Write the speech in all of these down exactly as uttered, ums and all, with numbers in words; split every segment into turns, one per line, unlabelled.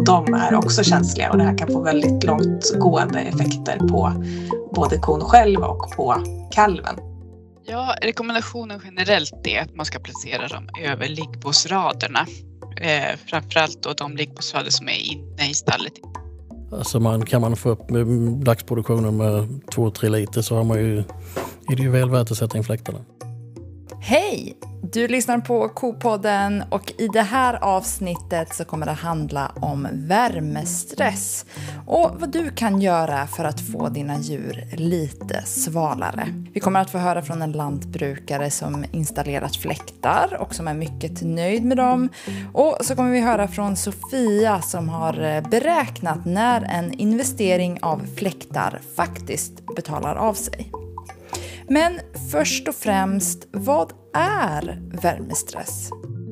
och de är också känsliga och det här kan få väldigt långtgående effekter på både kon själv och på kalven.
Ja, rekommendationen generellt är att man ska placera dem över liggbåsraderna. Eh, framförallt då de liggbåsrader som är inne i stallet.
Alltså man, kan man få upp dagsproduktionen med två tre liter så har man ju, är det ju väl värt att sätta in fläktarna.
Hej! Du lyssnar på Kopodden och i det här avsnittet så kommer det handla om värmestress och vad du kan göra för att få dina djur lite svalare. Vi kommer att få höra från en lantbrukare som installerat fläktar och som är mycket nöjd med dem. Och så kommer vi höra från Sofia som har beräknat när en investering av fläktar faktiskt betalar av sig. Men först och främst, vad är värmestress?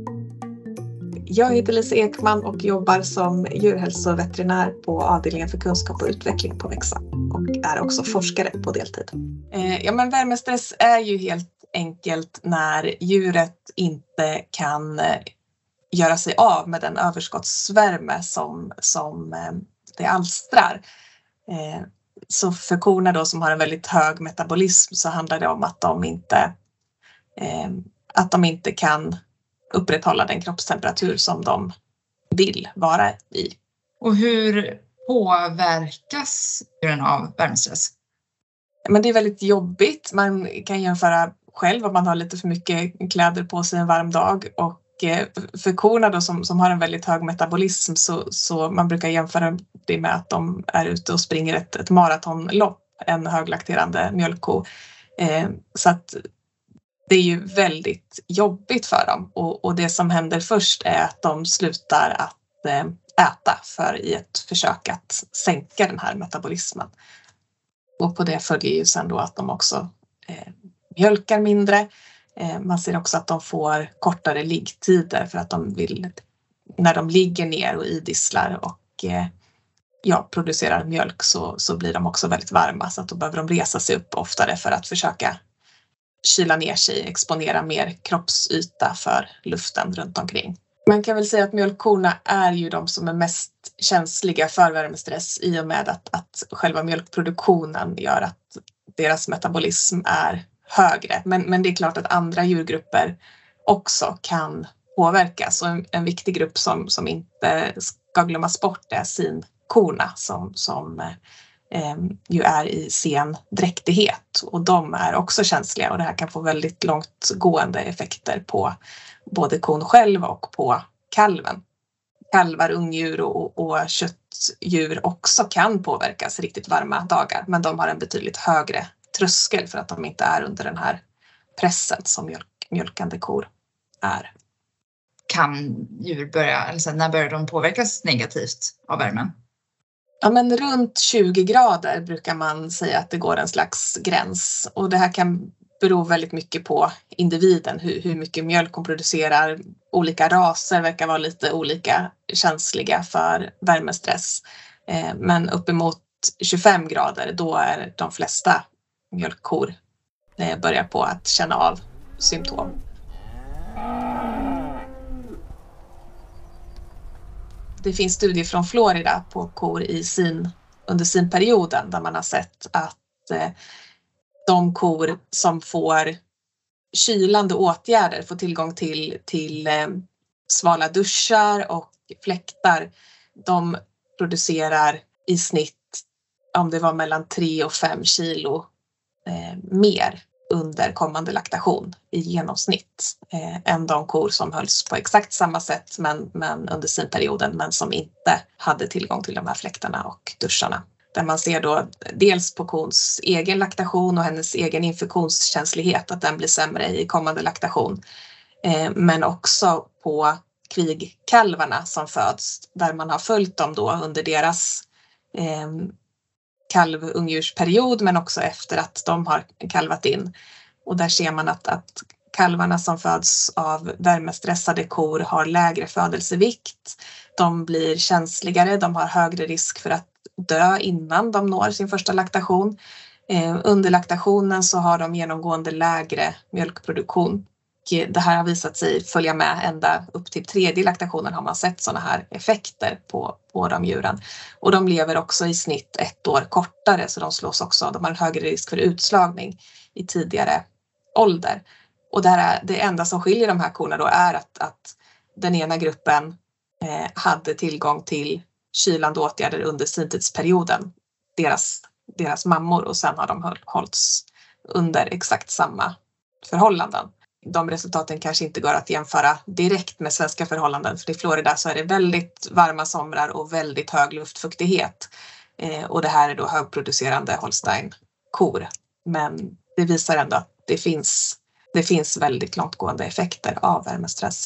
Jag heter Lisa Ekman och jobbar som djurhälsoveterinär på avdelningen för kunskap och utveckling på Växa och är också forskare på deltid. Eh, ja, men värmestress är ju helt enkelt när djuret inte kan eh, göra sig av med den överskottsvärme som, som eh, det alstrar. Eh, Så för korna då som har en väldigt hög metabolism så handlar det om att de inte, eh, att de inte kan upprätthålla den kroppstemperatur som de vill vara i.
Och hur påverkas djuren av värmestress?
Men det är väldigt jobbigt. Man kan jämföra själv om man har lite för mycket kläder på sig en varm dag. Och för korna då som, som har en väldigt hög metabolism så, så man brukar jämföra det med att de är ute och springer ett, ett maratonlopp, en höglakterande mjölkko. Eh, så att det är ju väldigt jobbigt för dem och, och det som händer först är att de slutar att eh, äta för i ett försök att sänka den här metabolismen. Och på det följer ju sen då att de också eh, mjölkar mindre. Man ser också att de får kortare liggtider för att de vill, när de ligger ner och idisslar och ja, producerar mjölk så, så blir de också väldigt varma så att då behöver de resa sig upp oftare för att försöka kyla ner sig, exponera mer kroppsyta för luften runt omkring. Man kan väl säga att mjölkkorna är ju de som är mest känsliga för värmestress i och med att, att själva mjölkproduktionen gör att deras metabolism är högre. Men, men det är klart att andra djurgrupper också kan påverkas. Och en, en viktig grupp som, som inte ska glömmas bort är sinkorna som, som eh, ju är i sen dräktighet. Och de är också känsliga och det här kan få väldigt långtgående effekter på både kon själv och på kalven. Kalvar, ungdjur och, och köttdjur också kan påverkas riktigt varma dagar men de har en betydligt högre tröskel för att de inte är under den här pressen som mjölk, mjölkande kor är.
Kan djur börja, eller så när börjar de påverkas negativt av värmen?
Ja, men runt tjugo grader brukar man säga att det går en slags gräns och det här kan bero väldigt mycket på individen, hur, hur mycket mjölk hon producerar. Olika raser verkar vara lite olika känsliga för värmestress eh, men uppemot tjugofem grader då är de flesta mjölkkor börjar på att känna av symptom. Det finns studier från Florida på kor i sin, under sinperioden där man har sett att eh, de kor som får kylande åtgärder får tillgång till, till eh, svala duschar och fläktar. De producerar i snitt om det var mellan tre och fem kilo eh, mer under kommande laktation i genomsnitt eh, än de kor som hölls på exakt samma sätt men, men under sinperioden men som inte hade tillgång till de här fläktarna och duscharna. Där man ser då dels på kons egen laktation och hennes egen infektionskänslighet att den blir sämre i kommande laktation eh, men också på kvigkalvarna som föds där man har följt dem då under deras eh, kalvungdjursperiod men också efter att de har kalvat in. Och där ser man att, att kalvarna som föds av värmestressade kor har lägre födelsevikt. De blir känsligare, de har högre risk för att dö innan de når sin första laktation. Eh, under laktationen så har de genomgående lägre mjölkproduktion. det här har visat sig följa med ända upp till tredje laktationen har man sett sådana här effekter på, på de djuren. Och de lever också i snitt ett år kortare, så de slås också, de har en högre risk för utslagning i tidigare ålder. Och det, här är, det enda som skiljer de här korna då är att, att den ena gruppen eh, hade tillgång till kylande åtgärder under svintidsperioden, deras, deras mammor, och sen har de hållits under exakt samma förhållanden. De resultaten kanske inte går att jämföra direkt med svenska förhållanden, för i Florida så är det väldigt varma somrar och väldigt hög luftfuktighet. Eh, och det här är då högproducerande Holstein-kor. Men det visar ändå att det finns, det finns väldigt långtgående effekter av värmestress.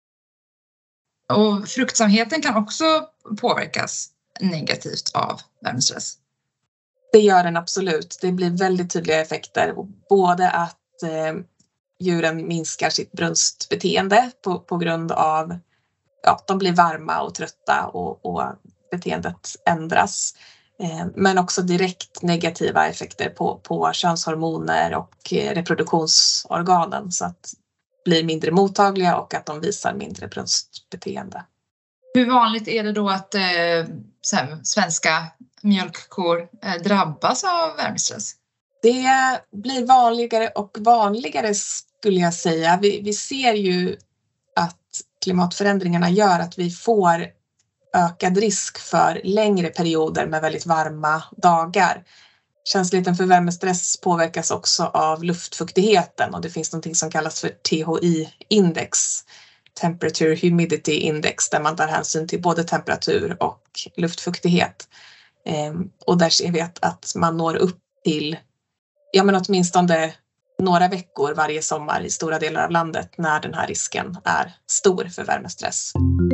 Och fruktsamheten kan också påverkas negativt av värmestress.
Det gör den absolut. Det blir väldigt tydliga effekter. Både att eh, djuren minskar sitt brunstbeteende på, på grund av ja, de blir varma och trötta och, och beteendet ändras. Eh, men också direkt negativa effekter på, på könshormoner och eh, reproduktionsorganen, så att blir mindre mottagliga och att de visar mindre brunstbeteende.
Hur vanligt är det då att eh, så här, svenska mjölkkor eh, drabbas av värmestress?
Det blir vanligare och vanligare skulle jag säga. Vi, vi ser ju att klimatförändringarna gör att vi får ökad risk för längre perioder med väldigt varma dagar. Känsligheten för värmestress påverkas också av luftfuktigheten, och det finns något som kallas för T H I-index, Temperature Humidity Index, där man tar hänsyn till både temperatur och luftfuktighet. Och där ser vi att, att man når upp till ja, men åtminstone några veckor varje sommar i stora delar av landet när den här risken är stor för värmestress.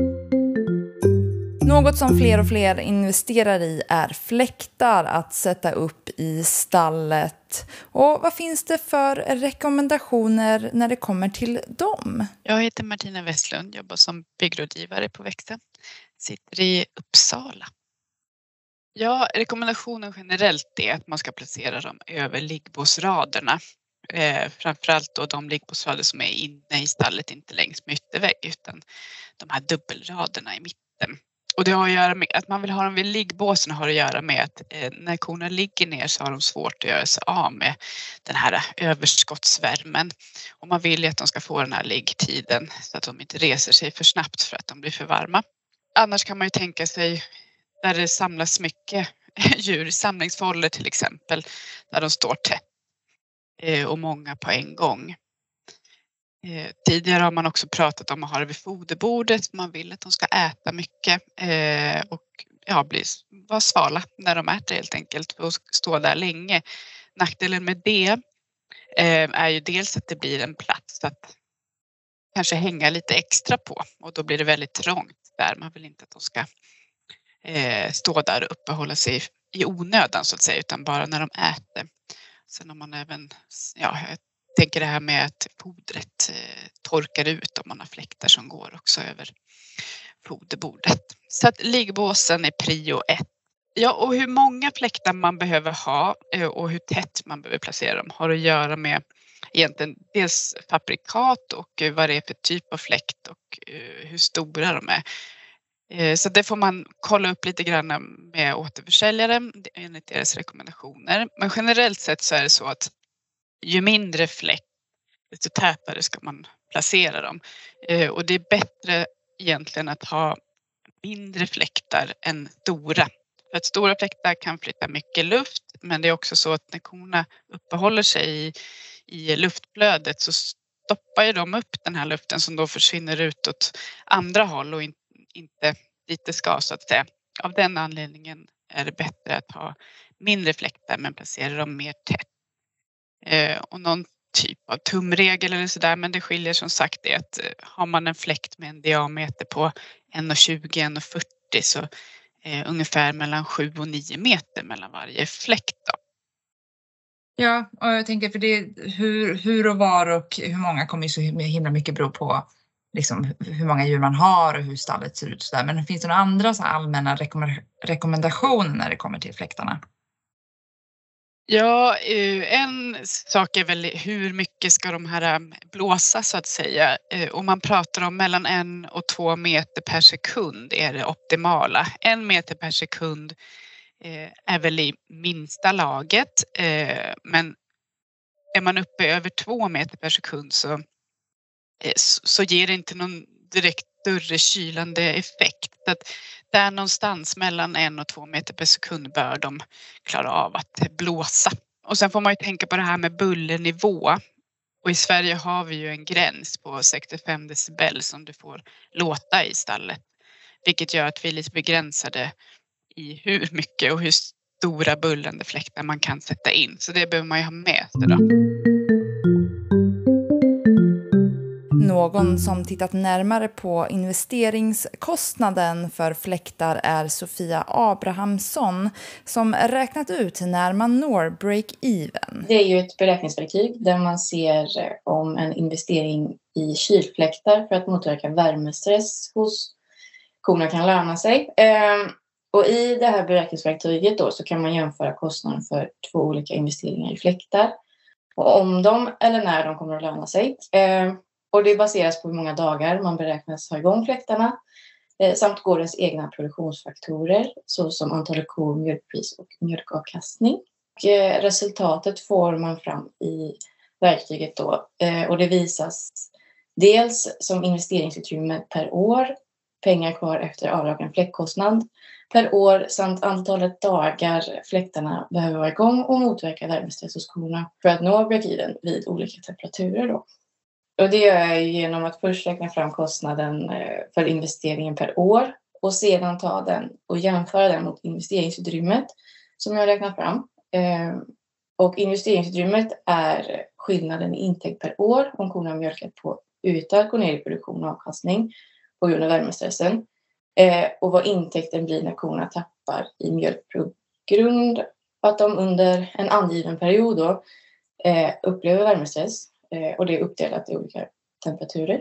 Något som fler och fler investerar i är fläktar att sätta upp i stallet. Och vad finns det för rekommendationer när det kommer till dem?
Jag heter Martina Westlund, jobbar som byggrådgivare på Växjö. Sitter i Uppsala. Ja, rekommendationen generellt är att man ska placera dem över liggbåsraderna. Eh, framförallt då de liggbåsrader som är inne i stallet, inte längs med yttervägg, utan de här dubbelraderna i mitten. Och det har att göra med att man vill ha dem vid liggbåsen, har att göra med att eh, när korna ligger ner så har de svårt att göra sig av med den här överskottsvärmen. Och man vill ju att de ska få den här liggtiden så att de inte reser sig för snabbt för att de blir för varma. Annars kan man ju tänka sig där det samlas mycket djur, samlingsfållor till exempel, där de står tätt eh, och många på en gång. Eh, tidigare har man också pratat om att ha det vid foderbordet. Man vill att de ska äta mycket eh, och ja, bli, vara svala när de äter helt enkelt och stå där länge. Nackdelen med det eh, är ju dels att det blir en plats att kanske hänga lite extra på, och då blir det väldigt trångt där. Man vill inte att de ska eh, stå där och uppehålla sig i onödan så att säga, utan bara när de äter. Sen har man även, ja, jag tänker det här med att fodret eh, torkar ut om man har fläktar som går också över foderbordet. Så att liggbåsen är prio ett. Ja, och hur många fläktar man behöver ha eh, och hur tätt man behöver placera dem har att göra med egentligen dels fabrikat och eh, vad det är för typ av fläkt och eh, hur stora de är. Eh, så det får man kolla upp lite grann med återförsäljare enligt deras rekommendationer. Men generellt sett så är det så att ju mindre fläkt, desto tätare ska man placera dem. Eh, och det är bättre egentligen att ha mindre fläktar än stora. För att stora fläktar kan flytta mycket luft, men det är också så att när korna uppehåller sig i, i luftflödet så stoppar ju de upp den här luften som då försvinner ut åt andra håll och in, inte dit det ska, så att säga. Av den anledningen är det bättre att ha mindre fläktar men placera dem mer tätt. Eh, och någon typ av tumregel eller sådär, men det skiljer som sagt det att eh, har man en fläkt med en diameter på en komma tjugo till en komma fyrtio så eh, ungefär mellan sju och nio meter mellan varje fläkt då.
Ja, och jag tänker för det hur, hur och var och hur många kommer ju så himla mycket bero på liksom hur många djur man har och hur stallet ser ut så där. Men finns det några andra så allmänna rekommend- rekommendationer när det kommer till fläktarna?
Ja, en sak är väl hur mycket ska de här blåsa så att säga. Om man pratar om mellan en och två meter per sekund är det optimala. En meter per sekund är väl i minsta laget, men är man uppe över två meter per sekund så, så ger det inte någon direkt större kylande effekt. Så att där någonstans mellan en och två meter per sekund bör de klara av att blåsa. Och sen får man ju tänka på det här med bullernivå. Och i Sverige har vi ju en gräns på sextiofem decibel som du får låta i stallet. Vilket gör att vi är lite begränsade i hur mycket och hur stora bullrande fläktar man kan sätta in. Så det behöver man ju ha med sig då.
Någon som tittat närmare på investeringskostnaden för fläktar är Sofia Abrahamsson som räknat ut när man når break-even.
Det är ju ett beräkningsverktyg där man ser om en investering i kylfläktar för att motverka värmestress hos korna kan löna sig. Och i det här beräkningsverktyget då så kan man jämföra kostnaden för två olika investeringar i fläktar och om de eller när de kommer att löna sig. Och det baseras på hur många dagar man beräknas ha igång fläktarna eh, samt gårdens egna produktionsfaktorer såsom antalet kor, mjölkpris och mjölkavkastning. Och, eh, resultatet får man fram i verktyget då eh, och det visas dels som investeringsutrymme per år, pengar kvar efter avdragen fläktkostnad per år samt antalet dagar fläktarna behöver vara igång och motverka värmestress hos korna för att nå break-even vid olika temperaturer då. Och det gör jag genom att först räkna fram kostnaden för investeringen per år och sedan ta den och jämföra den mot investeringsutrymmet som jag räknar fram. Och investeringsutrymmet är skillnaden i intäkt per år om korna har mjölkat på utan att gå ner i produktion och avkastning på grund av värmestressen. Och vad intäkten blir när korna tappar i mjölk på grund av att de under en angiven period då, upplever värmestress. Och det är uppdelat i olika temperaturer.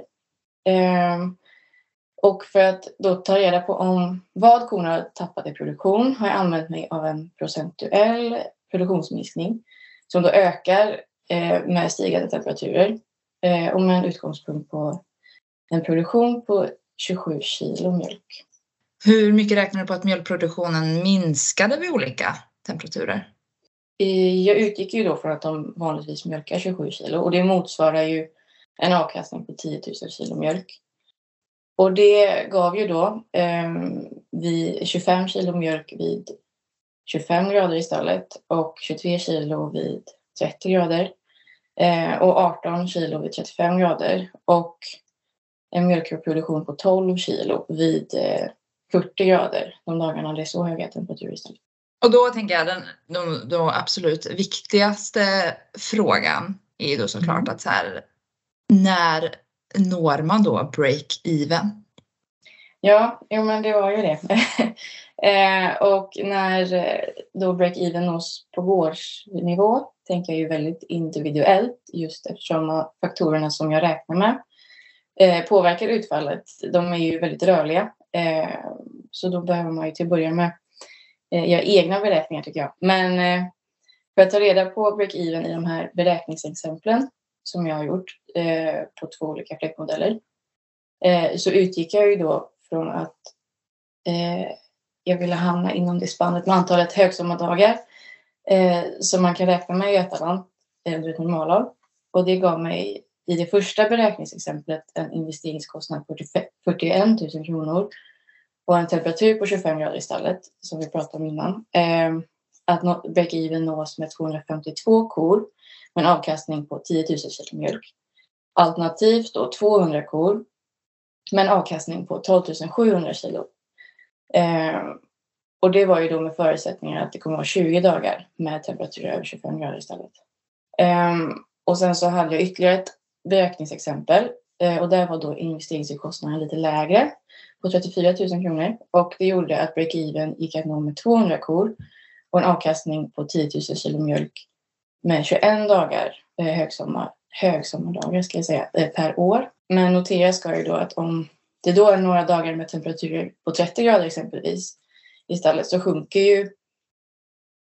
Och för att då ta reda på om vad korna har tappat i produktion har jag använt mig av en procentuell produktionsminskning som då ökar med stigande temperaturer och med en utgångspunkt på en produktion på tjugosju kilo mjölk.
Hur mycket räknar du på att mjölkproduktionen minskade vid olika temperaturer?
Jag utgick ju då från att de vanligtvis mjölkar tjugosju kilo och det motsvarar ju en avkastning på tio tusen kilo mjölk. Och det gav ju då eh, vid tjugofem kilo mjölk vid tjugofem grader i stallet och tjugotre kilo vid trettio grader eh, och arton kilo vid trettiofem grader och en mjölkproduktion på tolv kilo vid eh, fyrtio grader de dagarna det är så höga temperaturer i stallet.
Och då tänker jag den då, då absolut viktigaste frågan är ju då såklart mm. att så här, när når man då break-even?
Ja, jo, men det var ju det. eh, och när då break-even nås på gårdsnivå tänker jag ju väldigt individuellt just eftersom faktorerna som jag räknar med eh, påverkar utfallet. De är ju väldigt rörliga eh, så då behöver man ju till att börja med göra egna beräkningar tycker jag. Men eh, för att ta reda på break-even i de här beräkningsexemplen som jag har gjort eh, på två olika fläktmodeller eh, så utgick jag ju då från att eh, jag ville hamna inom det spannet med antalet högsommardagar eh, som man kan räkna med i Götaland under ett normalår. Och det gav mig i det första beräkningsexemplet en investeringskostnad på fyrtioen tusen kronor och en temperatur på tjugofem grader i stallet som vi pratade om innan. Eh, att break-even nås med tvåhundrafemtiotvå kor med en avkastning på tio tusen kilo mjölk. Alternativt då tvåhundra kor med en avkastning på tolv tusen sjuhundra kilo. Eh, och det var ju då med förutsättningar att det kommer att vara tjugo dagar med temperatur över tjugofem grader i stallet. Eh, och sen så hade jag ytterligare ett beräkningsexempel eh, och där var då investeringskostnaden lite lägre på trettiofyra tusen kronor och det gjorde att break-even gick att nå med tvåhundra kor och en avkastning på tio tusen kilo mjölk med tjugoen dagar eh, högsommar, högsommardagar ska jag säga, eh, per år. Men notera ska ju då att om det då är några dagar med temperaturer på trettio grader exempelvis i stallet så sjunker ju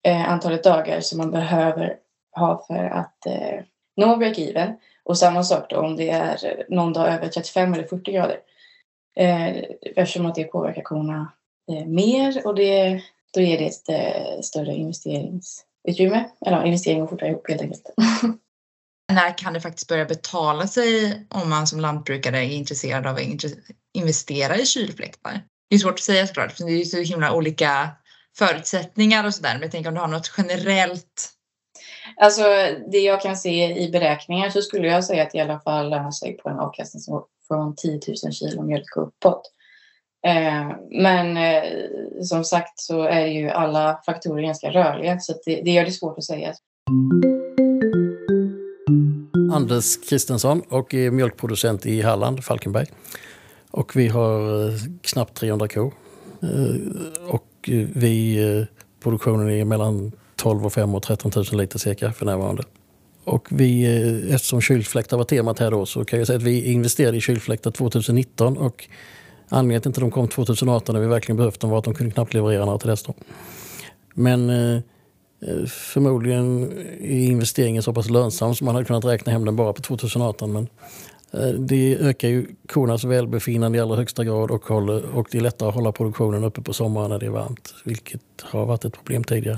eh, antalet dagar som man behöver ha för att eh, nå break-even. Och samma sak då om det är någon dag över trettiofem eller fyrtio grader. Eh, eftersom att det påverkar korna eh, mer och det, då ger det ett eh, större investeringsutrymme. Eller investering och fortare ihop helt enkelt.
När kan det faktiskt börja betala sig om man som lantbrukare är intresserad av att investera i kylfläktar? Det är svårt att säga såklart, för det är ju så himla olika förutsättningar och sådär. Men jag tänker om du har något generellt.
Alltså det jag kan se i beräkningar så skulle jag säga att i alla fall lönar sig på en avkastning från tio tusen kilo mjölk uppåt. Eh, men eh, som sagt så är ju alla faktorer ganska rörliga så att det, det gör det svårt att säga.
Anders Kristensson och är mjölkproducent i Halland, Falkenberg. Och vi har eh, knappt trehundra kor. Eh, och vi, eh, produktionen är mellan tolv och fem och tretton tusen liter cirka för närvarande. Och vi, eh, eftersom kylfläktar var temat här då så kan jag säga att vi investerade i kylfläktar tjugonitton och anledningen till att de kom tjugoarton när vi verkligen behövde dem var att de kunde knappt leverera några till dess då. Men eh, förmodligen är investeringen så pass lönsam som man hade kunnat räkna hem den bara på tjugoarton. Men det ökar ju kornas välbefinnande i allra högsta grad och, håller, och det är lättare att hålla produktionen uppe på sommaren när det är varmt, vilket har varit ett problem tidigare.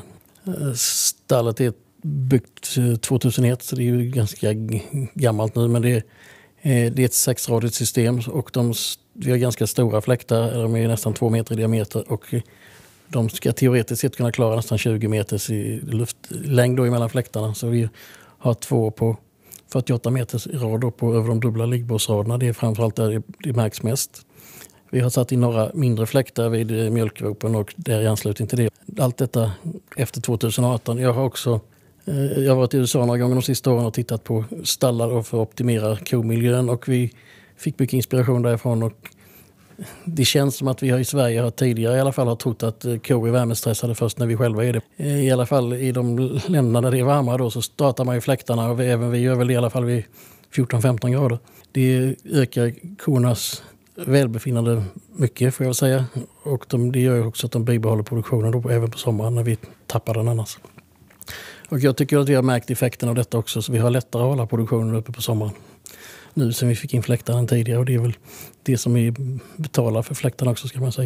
Stallet är byggt tjugohundraett så det är ju ganska gammalt nu, men det är, det är ett sexradigt system och de, vi har ganska stora fläktar, de är nästan två meter i diameter och de ska teoretiskt sett kunna klara nästan tjugo meters i luftlängd då mellan fläktarna. Så vi har två på fyrtioåtta meters i rad på över de dubbla liggbåsraderna. Det är framförallt där det märks mest. Vi har satt in några mindre fläktar vid mjölkgropen och där i anslutning till det. Allt detta efter tjugoarton. Jag har också jag har varit i U S A några gånger de sista åren och tittat på stallar och för att optimera komiljön och vi fick mycket inspiration därifrån och det känns som att vi har i Sverige har tidigare i alla fall har trott att kor är värmestressade först när vi själva är det. I alla fall i de länderna där det är varmare då så startar man ju fläktarna och även vi gör väl det i alla fall vid fjorton femton grader. Det ökar kornas välbefinnande mycket får jag säga och de, det gör också att de bibehåller produktionen då även på sommaren när vi tappar den annars. Och jag tycker att vi har märkt effekten av detta också så vi har lättare att hålla produktionen uppe på sommaren. Nu sen vi fick in fläktarna tidigare och det är väl det som vi betalar för fläktarna också ska man säga.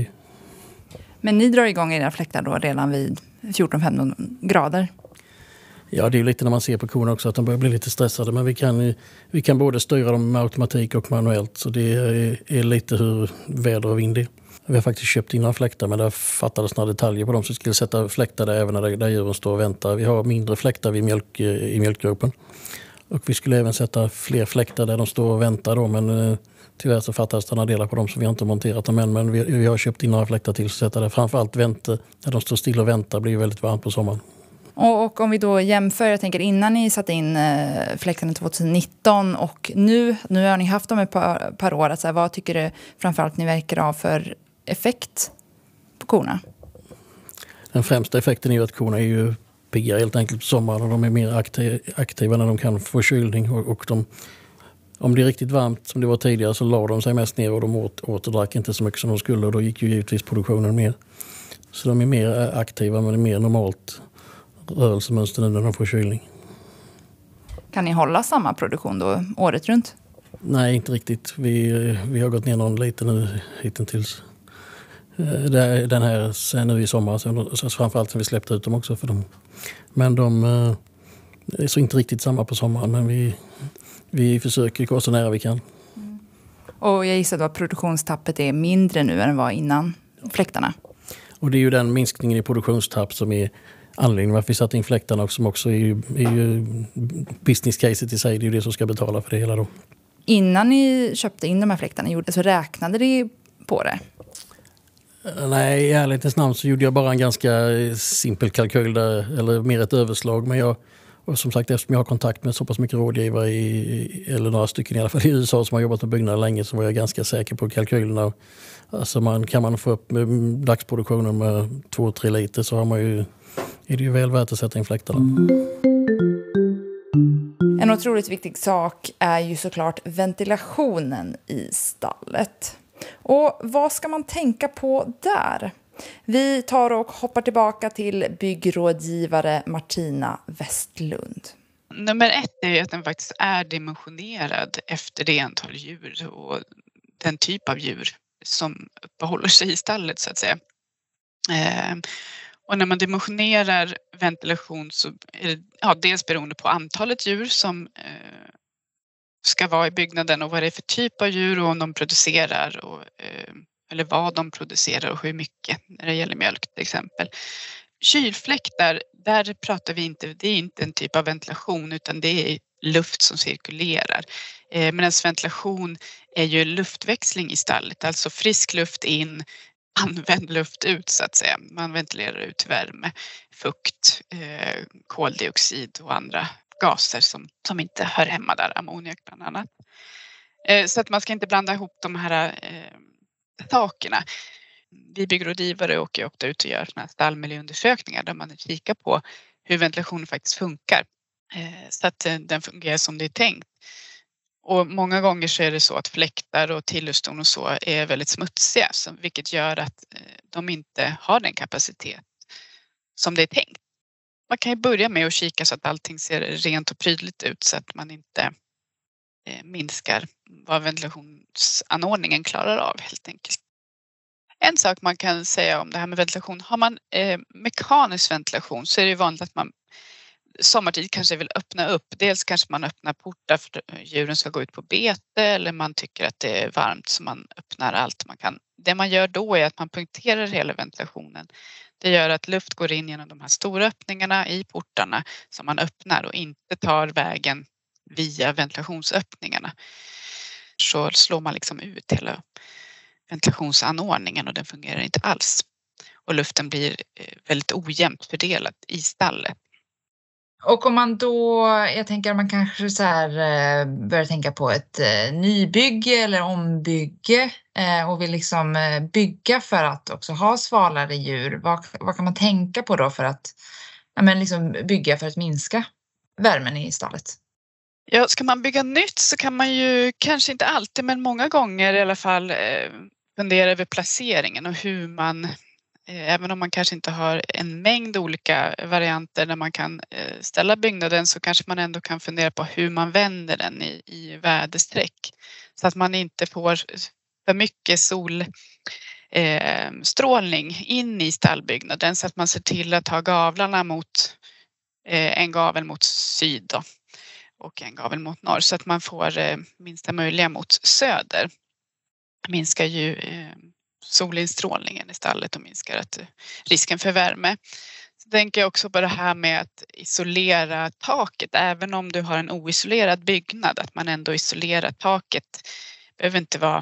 Men ni drar igång era fläktar då redan vid fjorton femton grader?
Ja, det är ju lite när man ser på korna också att de börjar bli lite stressade men vi kan, vi kan både styra dem med automatik och manuellt så det är, är lite hur väder och vind är. Vi har faktiskt köpt in några fläktar men det fattades några detaljer på dem så vi skulle sätta fläktar där även när där djuren står och väntar. Vi har mindre fläktar vid mjölk, i mjölkgropen. Och vi skulle även sätta fler fläktar där de står och väntar då, men eh, tyvärr så fattades det några delar på dem så vi har inte monterat dem än. Men vi, vi har köpt in några fläktar till så sätta där. Framförallt vänta, när de står still och väntar blir väldigt varmt på sommaren.
Och, och om vi då jämför, jag tänker innan ni satte in eh, fläktarna tjugonitton och nu, nu har ni haft dem ett par, par år. Alltså, vad tycker du framförallt ni verkar av för effekt på korna?
Den främsta effekten är ju att korna är ju pigga helt enkelt på sommaren och de är mer aktiva när de kan få kylning och, och de, om det är riktigt varmt som det var tidigare så la de sig mest ner och de åt, återdrack inte så mycket som de skulle och då gick ju givetvis produktionen mer. Så de är mer aktiva men det är mer normalt rörelsemönster nu när de får kylning.
Kan ni hålla samma produktion då året runt?
Nej, inte riktigt. Vi, vi har gått ner någon lite nu hittills. Den här sen nu i sommar, så framförallt sen vi släppte ut dem också för dem. Men de är så inte riktigt samma på sommaren, men vi, vi försöker gå så nära vi kan.
Mm. Och jag gissar att produktionstappet är mindre nu än det var innan fläktarna.
Och det är ju den minskningen i produktionstapp som är anledningen varför vi satt in fläktarna och som också är ju, är ju business-caset i sig, det är ju det som ska betala för det hela då.
Innan ni köpte in de här fläktarna så räknade ni på det?
Nej, i ärlighetens namn så gjorde jag bara en ganska simpel kalkyl där, eller mer ett överslag. Men jag, och som sagt, eftersom jag har kontakt med så pass mycket rådgivare, i, eller några stycken i alla fall i U S A som har jobbat med byggnader länge, så var jag ganska säker på kalkylerna. Alltså man, kan man få upp dagsproduktionen med två tre liter så har man ju, är det ju väl värt att sätta in fläktarna.
En otroligt viktig sak är ju såklart ventilationen i stallet. Och vad ska man tänka på där? Vi tar och hoppar tillbaka till byggrådgivare Martina Westlund.
Nummer ett är ju att den faktiskt är dimensionerad efter det antal djur och den typ av djur som uppehåller sig i stallet så att säga. Eh, och när man dimensionerar ventilation så är det ja, dels beroende på antalet djur som eh, ska vara i byggnaden och vad det är för typ av djur och om de producerar och, eh, eller vad de producerar och hur mycket när det gäller mjölk till exempel. Kylfläktar, där pratar vi inte, det är inte en typ av ventilation utan det är luft som cirkulerar. Eh, medan ventilation är ju luftväxling i stallet, alltså frisk luft in, använd luft ut så att säga. Man ventilerar ut värme, fukt, eh, koldioxid och andra gaser som, som inte hör hemma där, ammoniak bland annat. Eh, så att man ska inte blanda ihop de här eh, sakerna. Vi byggrådgivare åker ju ofta ut och gör såna här stallmiljöundersökningar där man kikar på hur ventilationen faktiskt funkar. Eh, så att eh, den fungerar som det är tänkt. Och många gånger så är det så att fläktar och tillhusdon och så är väldigt smutsiga, vilket gör att de inte har den kapacitet som det är tänkt. Man kan ju börja med att kika så att allting ser rent och prydligt ut så att man inte minskar vad ventilationsanordningen klarar av helt enkelt. En sak man kan säga om det här med ventilation, har man eh, mekanisk ventilation så är det ju vanligt att man sommartid kanske vill öppna upp. Dels kanske man öppnar portar för att djuren ska gå ut på bete eller man tycker att det är varmt så man öppnar allt man kan. Det man gör då är att man punkterar hela ventilationen. Det gör att luft går in genom de här stora öppningarna i portarna som man öppnar och inte tar vägen via ventilationsöppningarna. Så slår man liksom ut hela ventilationsanordningen och den fungerar inte alls. Och luften blir väldigt ojämnt fördelad i stallet.
Och om man då, jag tänker man kanske så här börjar tänka på ett nybygge eller ombygge och vill liksom bygga för att också ha svalare djur. Vad, vad kan man tänka på då för att ja, men liksom bygga för att minska värmen i stallet?
Ja, ska man bygga nytt så kan man ju kanske inte alltid men många gånger i alla fall fundera över placeringen och hur man, även om man kanske inte har en mängd olika varianter där man kan ställa byggnaden så kanske man ändå kan fundera på hur man vänder den i, i väderstreck. Så att man inte får för mycket solstrålning eh, in i stallbyggnaden så att man ser till att ha gavlarna mot eh, en gavel mot syd då, och en gavel mot norr så att man får eh, minsta möjliga mot söder. Minskar ju eh, solinstrålningen i stallet och minskar att, risken för värme. Så tänker jag också på det här med att isolera taket. Även om du har en oisolerad byggnad, att man ändå isolerar taket. Det behöver inte vara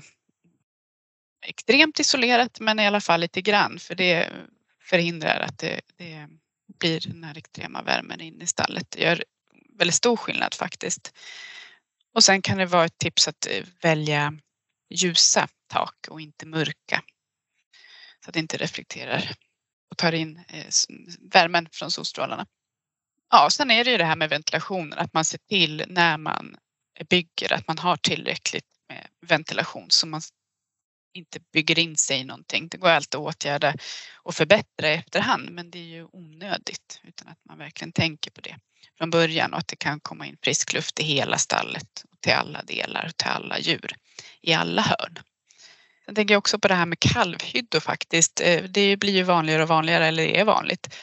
extremt isolerat men i alla fall lite grann. För det förhindrar att det, det blir den här extrema värmen in i stallet. Det gör väldigt stor skillnad faktiskt. Och sen kan det vara ett tips att välja ljusa tak och inte mörka. Så att det inte reflekterar och tar in eh, värmen från solstrålarna. Ja, sen är det ju det här med ventilationen. Att man ser till när man bygger att man har tillräckligt med ventilation så man inte bygger in sig i någonting. Det går alltid att åtgärda och förbättra efterhand men det är ju onödigt utan att man verkligen tänker på det från början och att det kan komma in frisk luft i hela stallet och till alla delar, till alla djur i alla hörn. Sen tänker jag också på det här med kalvhyddor faktiskt. Det blir ju vanligare och vanligare, eller det är vanligt.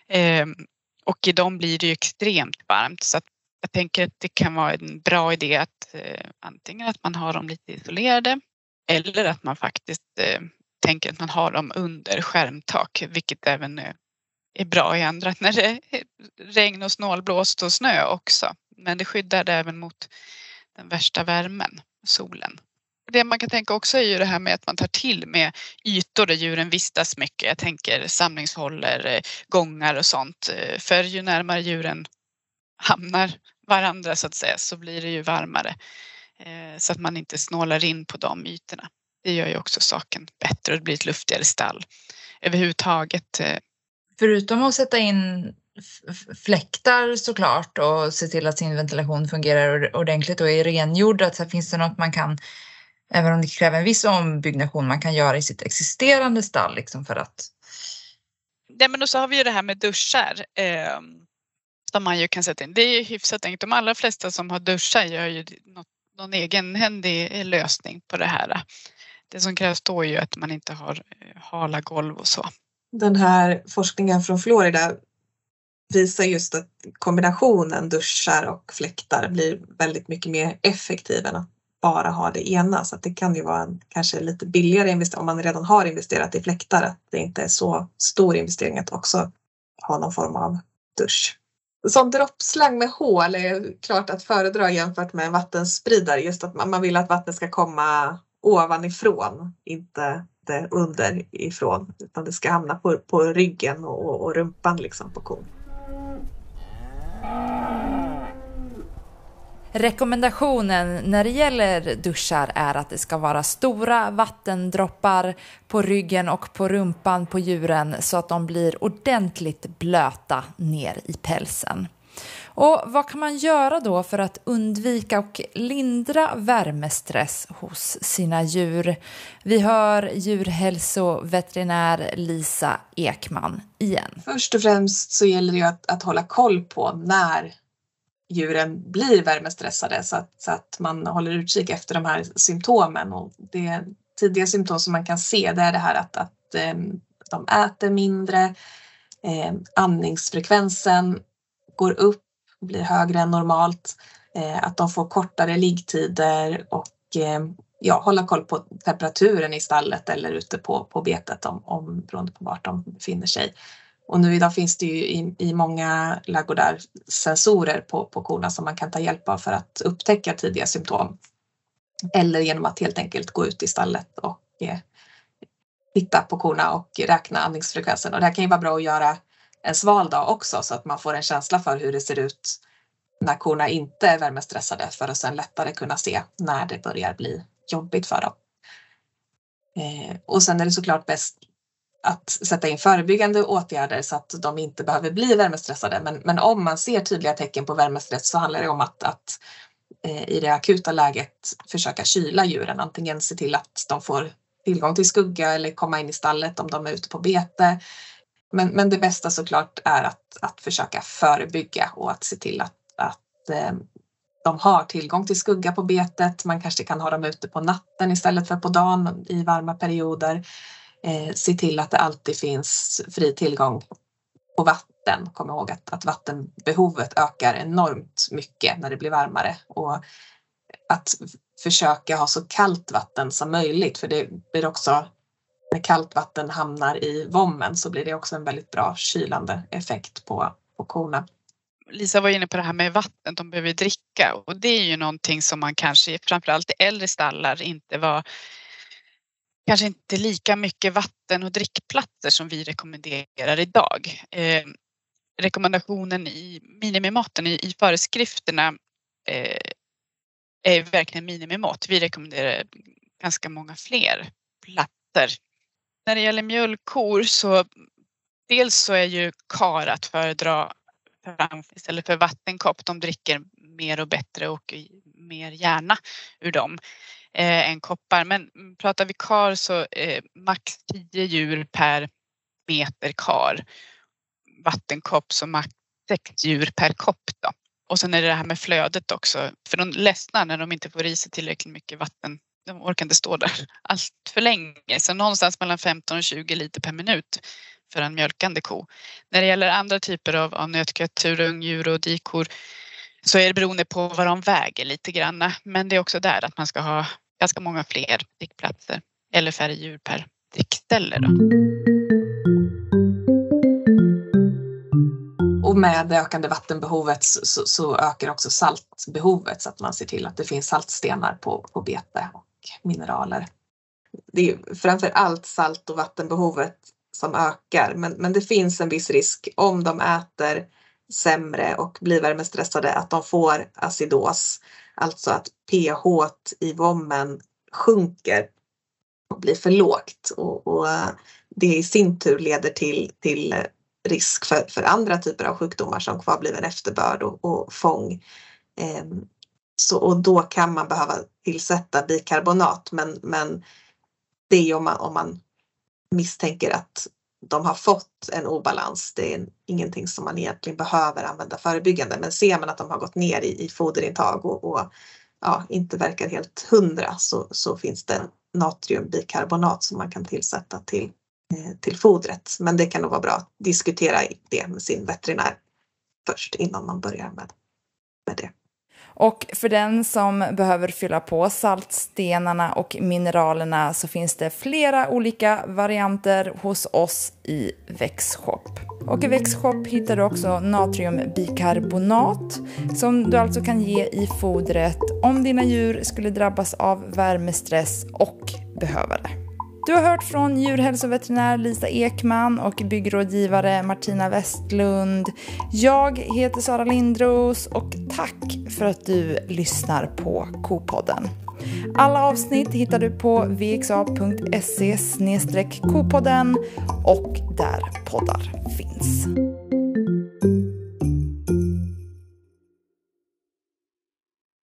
Och i dem blir det ju extremt varmt. Så att jag tänker att det kan vara en bra idé att antingen att man har dem lite isolerade eller att man faktiskt tänker att man har dem under skärmtak. Vilket även är bra i andra när det är regn och snålblåst och snö också. Men det skyddar det även mot den värsta värmen, solen. Det man kan tänka också är ju det här med att man tar till med ytor där djuren vistas mycket. Jag tänker samlingshållor, gångar och sånt. För ju närmare djuren hamnar varandra så att säga så blir det ju varmare. Så att man inte snålar in på de ytorna. Det gör ju också saken bättre och det blir ett luftigare stall. Överhuvudtaget.
Förutom att sätta in fläktar såklart och se till att sin ventilation fungerar ordentligt och är rengjord, att så finns det något man kan Även om det kräver en viss ombyggnation man kan göra i sitt existerande stall liksom för att...
Ja, men och så har vi ju det här med duschar eh, som man ju kan sätta in. Det är ju hyfsat enkelt. De allra flesta som har duschar gör ju något, någon egenhändig lösning på det här. Det som krävs då är ju att man inte har hala golv och så.
Den här forskningen från Florida visar just att kombinationen duschar och fläktar blir väldigt mycket mer effektiv än att bara ha det ena. Så att det kan ju vara en kanske lite billigare investering om man redan har investerat i fläktar. Att det inte är så stor investering att också ha någon form av dusch. Som droppslang med hål är klart att föredra jämfört med en vattenspridare. Just att man vill att vattnet ska komma ovanifrån, inte underifrån. Utan det ska hamna på, på ryggen och, och rumpan liksom på kon.
Rekommendationen när det gäller duschar är att det ska vara stora vattendroppar på ryggen och på rumpan på djuren så att de blir ordentligt blöta ner i pälsen. Och vad kan man göra då för att undvika och lindra värmestress hos sina djur? Vi hör djurhälsoveterinär Lisa Ekman igen.
Först och främst så gäller det ju att, att hålla koll på när djuren blir värmestressade så att, så att man håller utkik efter de här symptomen. Och det tidiga symptom som man kan se det är det här att, att eh, de äter mindre, eh, andningsfrekvensen går upp, blir högre än normalt, eh, att de får kortare liggtider och eh, ja, hålla koll på temperaturen i stallet eller ute på, på betet om, om, beroende på vart de befinner sig. Och nu idag finns det ju i, i många ladugårdar sensorer på, på korna som man kan ta hjälp av för att upptäcka tidiga symptom. Eller genom att helt enkelt gå ut i stallet och eh, titta på korna och räkna andningsfrekvensen. Och det här kan ju vara bra att göra en sval dag också så att man får en känsla för hur det ser ut när korna inte är värmestressade för att sen lättare kunna se när det börjar bli jobbigt för dem. Eh, och sen är det såklart bäst att sätta in förebyggande åtgärder så att de inte behöver bli värmestressade. Men, men om man ser tydliga tecken på värmestress så handlar det om att, att eh, i det akuta läget försöka kyla djuren. Antingen se till att de får tillgång till skugga eller komma in i stallet om de är ute på bete. Men, men det bästa såklart är att, att försöka förebygga och att se till att, att eh, de har tillgång till skugga på betet. Man kanske kan ha dem ute på natten istället för på dagen i varma perioder. Eh, se till att det alltid finns fri tillgång på vatten. Kom ihåg att, att vattenbehovet ökar enormt mycket när det blir varmare. Och att försöka ha så kallt vatten som möjligt. För det blir också, när kallt vatten hamnar i vommen så blir det också en väldigt bra kylande effekt på, på korna.
Lisa var inne på det här med vatten de behöver dricka. Och det är ju någonting som man kanske, framförallt i äldre stallar, inte var... Kanske inte lika mycket vatten och drickplatser som vi rekommenderar idag. Eh, rekommendationen i minimimåtten i, i föreskrifterna eh, är verkligen minimimått. Vi rekommenderar ganska många fler platser. När det gäller mjölkkor så dels så är ju kar att föredra fram istället för vattenkopp. De dricker mer och bättre och mer gärna ur dem. Eh, än koppar. Men pratar vi kar så eh, max tio djur per meter kar. Vattenkopp så max sex djur per kopp då. Och sen är det det här med flödet också. För de ledsnar när de inte får i sig tillräckligt mycket vatten. De orkar inte stå där allt för länge. Så någonstans mellan femton och tjugo liter per minut för en mjölkande ko. När det gäller andra typer av, av nötkreatur, ungdjur och dikor så är det beroende på vad de väger lite grann. Men det är också där att man ska ha ganska många fler drickplatser eller färre djur per drickställe då.
Och med det ökande vattenbehovet så, så ökar också saltbehovet så att man ser till att det finns saltstenar på, på bete och mineraler. Det är framför allt salt- och vattenbehovet som ökar, men, men det finns en viss risk om de äter sämre och blir värmestressade att de får acidos. Alltså att pH i vommen sjunker och blir för lågt. Och, och det i sin tur leder till, till risk för, för andra typer av sjukdomar som kvarbliven efterbörd och, och fång. Eh, Så, och då kan man behöva tillsätta bikarbonat, men, men det är ju om man, om man misstänker att de har fått en obalans. Det är ingenting som man egentligen behöver använda förebyggande, men ser man att de har gått ner i, i foderintag och, och ja, inte verkar helt hundra, så, så finns det natriumbikarbonat som man kan tillsätta till, eh, till fodret. Men det kan nog vara bra att diskutera det med sin veterinär först innan man börjar med, med det.
Och för den som behöver fylla på saltstenarna och mineralerna så finns det flera olika varianter hos oss i Växtshop. Och i Växtshop hittar du också natriumbikarbonat som du alltså kan ge i fodret om dina djur skulle drabbas av värmestress och behöver det. Du har hört från djurhälsoveterinär Lisa Ekman och byggrådgivare Martina Westlund. Jag heter Sara Lindros och tack för att du lyssnar på Kopodden. Alla avsnitt hittar du på v x a punkt se slash kopodden och där poddar finns.